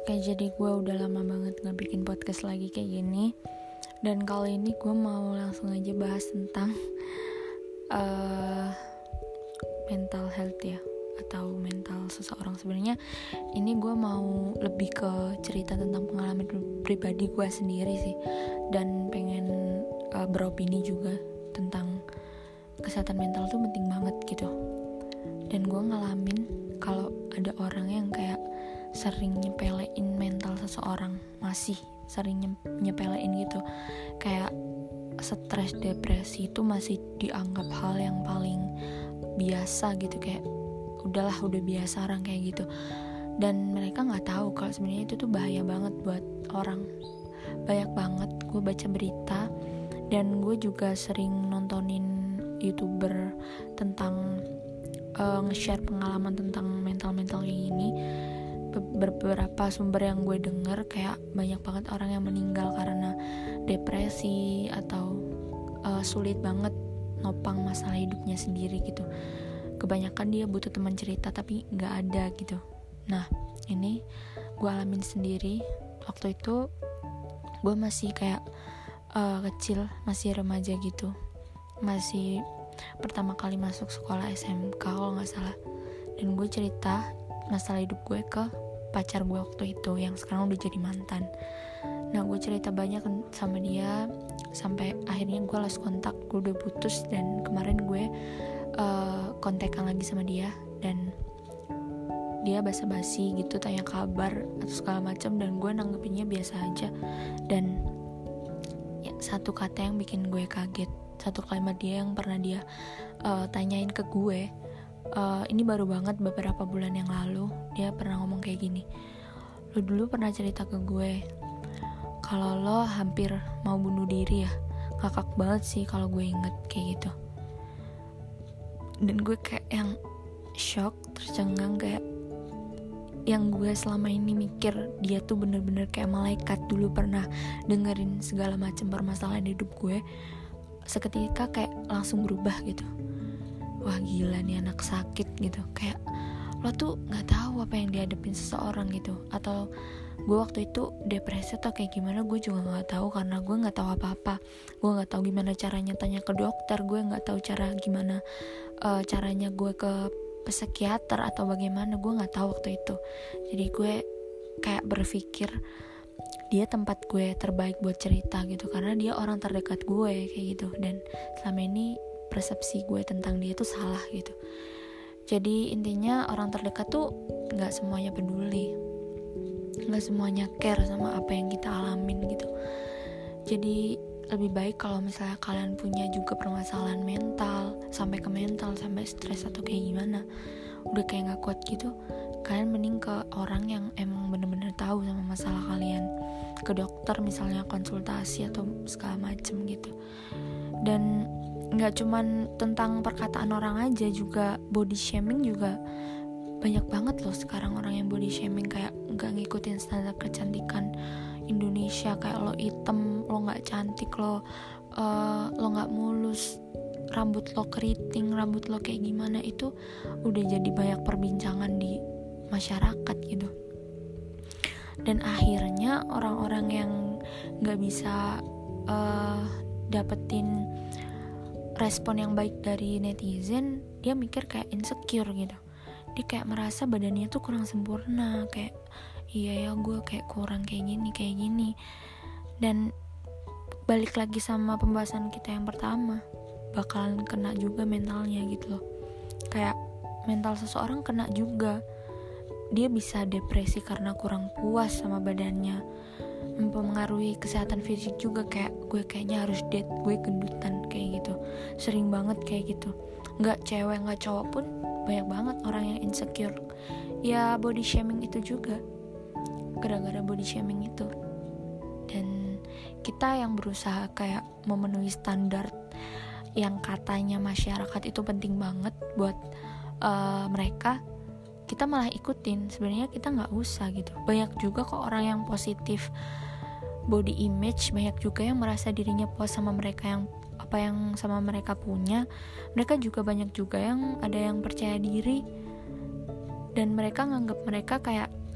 Oke, jadi gue udah lama banget gak bikin podcast lagi kayak gini. Dan kali ini gue mau langsung aja bahas tentang mental health ya, atau mental seseorang. Sebenarnya ini gue mau lebih ke cerita tentang pengalaman pribadi gue sendiri sih. Dan pengen beropini juga tentang kesehatan mental tuh penting banget gitu. Dan gue ngalamin kalau ada orang yang kayak sering nyepelein mental seseorang, masih sering nyepelein gitu, kayak stres, depresi itu masih dianggap hal yang paling biasa gitu, kayak udah biasa orang kayak gitu. Dan mereka nggak tahu kalau sebenarnya itu tuh bahaya banget buat orang. Banyak banget gue baca berita, dan gue juga sering nontonin YouTuber tentang nge-share pengalaman tentang mental kayak gini. Beberapa sumber yang gue denger kayak banyak banget orang yang meninggal karena depresi atau sulit banget nopang masalah hidupnya sendiri gitu. Kebanyakan dia butuh teman cerita tapi nggak ada gitu. Nah, ini gue alamin sendiri. Waktu itu gue masih kayak kecil, masih remaja gitu, masih pertama kali masuk sekolah SMK kalau nggak salah. Dan gue cerita masalah hidup gue ke pacar gue waktu itu, yang sekarang udah jadi mantan. Nah, gue cerita banyak sama dia sampai akhirnya gue lost kontak, gue udah putus. Dan kemarin gue kontekan lagi sama dia, dan dia basa-basi gitu, tanya kabar atau segala macam, dan gue nanggepinnya biasa aja. Dan ya, satu kata yang bikin gue kaget, satu kalimat dia yang pernah dia tanyain ke gue. Ini baru banget beberapa bulan yang lalu. Dia pernah ngomong kayak gini, "Lo dulu pernah cerita ke gue kalau lo hampir mau bunuh diri ya." Ngakak banget sih kalau gue inget kayak gitu. Dan gue kayak yang shock, tercengang, kayak yang gue selama ini mikir dia tuh bener-bener kayak malaikat, dulu pernah dengerin segala macam permasalahan hidup gue, seketika kayak langsung berubah gitu. Wah, gila nih anak sakit gitu. Kayak lo tuh gak tahu apa yang dihadapin seseorang gitu. Atau gue waktu itu depresi atau kayak gimana, gue juga gak tahu, karena gue gak tahu apa-apa. Gue gak tahu gimana caranya tanya ke dokter, gue gak tahu gimana caranya gue ke psikiater atau bagaimana, gue gak tahu waktu itu. Jadi gue kayak berpikir dia tempat gue terbaik buat cerita gitu, karena dia orang terdekat gue kayak gitu. Dan selama ini persepsi gue tentang dia tuh salah gitu. Jadi intinya orang terdekat tuh gak semuanya peduli, gak semuanya care sama apa yang kita alamin gitu. Jadi lebih baik kalau misalnya kalian punya juga permasalahan mental, sampai ke mental, sampai stres atau kayak gimana, udah kayak gak kuat gitu, kalian mending ke orang yang emang bener-bener tahu sama masalah kalian, ke dokter misalnya, konsultasi atau segala macem gitu. Dan gak cuman tentang perkataan orang aja, juga body shaming juga banyak banget loh sekarang orang yang body shaming, kayak gak ngikutin standar kecantikan Indonesia, kayak lo hitam, lo gak cantik, lo gak mulus, rambut lo keriting, rambut lo kayak gimana, itu udah jadi banyak perbincangan di masyarakat gitu. Dan akhirnya orang-orang yang gak bisa dapetin respon yang baik dari netizen, dia mikir kayak insecure gitu. Dia kayak merasa badannya tuh kurang sempurna, kayak iya ya gue kayak kurang kayak gini. Dan balik lagi sama pembahasan kita yang pertama, bakalan kena juga mentalnya gitu loh. Kayak mental seseorang kena juga. Dia bisa depresi karena kurang puas sama badannya, mempengaruhi kesehatan fisik juga, kayak gue kayaknya harus diet, gue gendutan kayak gitu. Sering banget kayak gitu. Gak cewek gak cowok pun banyak banget orang yang insecure. Ya body shaming itu juga, gara-gara body shaming itu. Dan kita yang berusaha kayak memenuhi standar yang katanya masyarakat itu penting banget buat mereka, kita malah ikutin. Sebenarnya kita nggak usah gitu. Banyak juga kok orang yang positif body image, banyak juga yang merasa dirinya puas sama mereka yang apa yang sama mereka punya. Mereka juga banyak juga yang ada yang percaya diri, dan mereka nganggap mereka kayak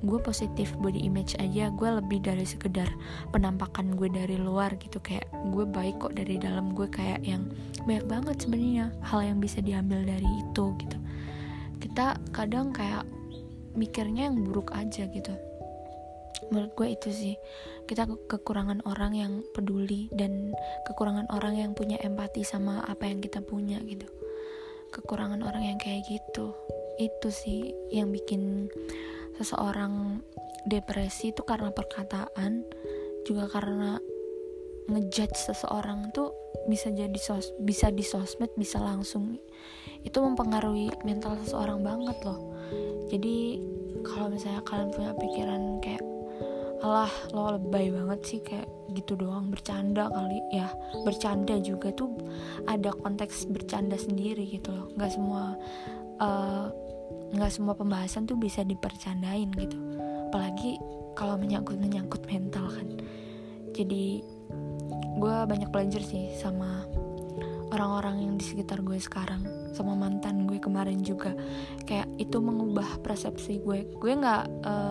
gue positif body image aja, gue lebih dari sekedar penampakan gue dari luar gitu. Kayak gue baik kok dari dalam, gue kayak yang banyak banget sebenarnya hal yang bisa diambil dari itu gitu. Kita kadang kayak mikirnya yang buruk aja gitu. Menurut gue itu sih, kita kekurangan orang yang peduli dan kekurangan orang yang punya empati sama apa yang kita punya gitu. Kekurangan orang yang kayak gitu, itu sih yang bikin seseorang depresi. Itu karena perkataan, juga karena ngejudge seseorang tuh bisa jadi bisa di sosmed, bisa langsung. Itu mempengaruhi mental seseorang banget loh. Jadi kalau misalnya kalian punya pikiran kayak, alah lo lebay banget sih, kayak gitu doang, bercanda kali ya. Bercanda juga tuh ada konteks bercanda sendiri gitu loh. Nggak semua pembahasan tuh bisa dipercandain gitu, apalagi kalau menyangkut mental kan. Jadi gue banyak belajar sih sama orang-orang yang di sekitar gue sekarang, sama mantan gue kemarin juga. Kayak itu mengubah persepsi gue nggak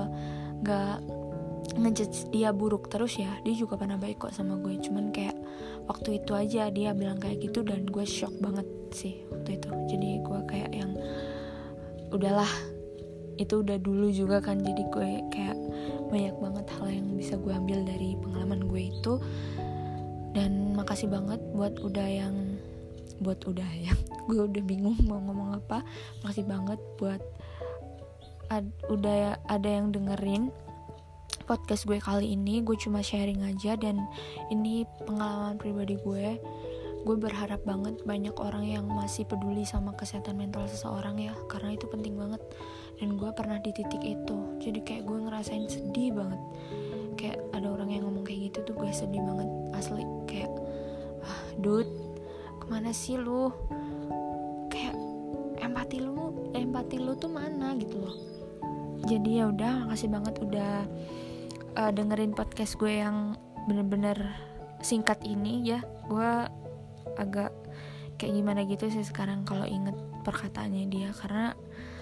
ngejudge dia buruk terus ya, dia juga pernah baik kok sama gue. Cuman kayak waktu itu aja dia bilang kayak gitu dan gue shock banget sih waktu itu. Jadi gue kayak yang udahlah, itu udah dulu juga kan. Jadi gue kayak banyak banget hal yang bisa gue ambil dari pengalaman gue itu. Dan makasih banget buat udah yang gue udah bingung mau ngomong apa. Makasih banget buat udah ada yang dengerin podcast gue kali ini. Gue cuma sharing aja, dan ini pengalaman pribadi gue. Gue berharap banget banyak orang yang masih peduli sama kesehatan mental seseorang ya, karena itu penting banget. Dan gue pernah di titik itu, jadi kayak gue ngerasain sedih banget. Kayak ada orang yang ngomong kayak gitu tuh gue sedih banget asli. Kayak dude, kemana sih lu? Kayak empati lu tuh mana gitu loh. Jadi ya udah, makasih banget udah dengerin podcast gue yang bener-bener singkat ini ya. Gue agak kayak gimana gitu sih sekarang kalau inget perkataannya dia, karena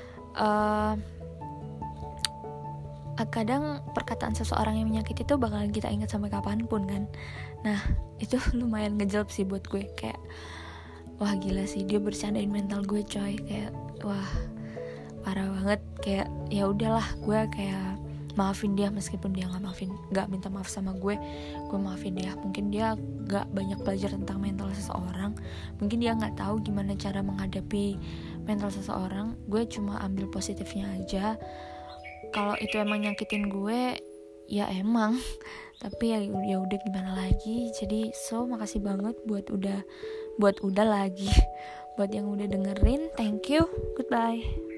kadang perkataan seseorang yang menyakiti itu bakalan kita ingat sampai kapanpun kan. Nah itu lumayan ngejelp sih buat gue. Kayak wah gila sih, dia bercandain mental gue coy. Kayak wah parah banget. Kayak ya udahlah, gue kayak maafin dia meskipun dia nggak minta maaf sama gue maafin dia. Mungkin dia nggak banyak belajar tentang mental seseorang, mungkin dia nggak tahu gimana cara menghadapi mental seseorang. Gue cuma ambil positifnya aja. Kalau itu emang nyakitin gue ya emang, tapi ya udah gimana lagi. Jadi makasih banget buat udah lagi buat yang udah dengerin. Thank you, goodbye.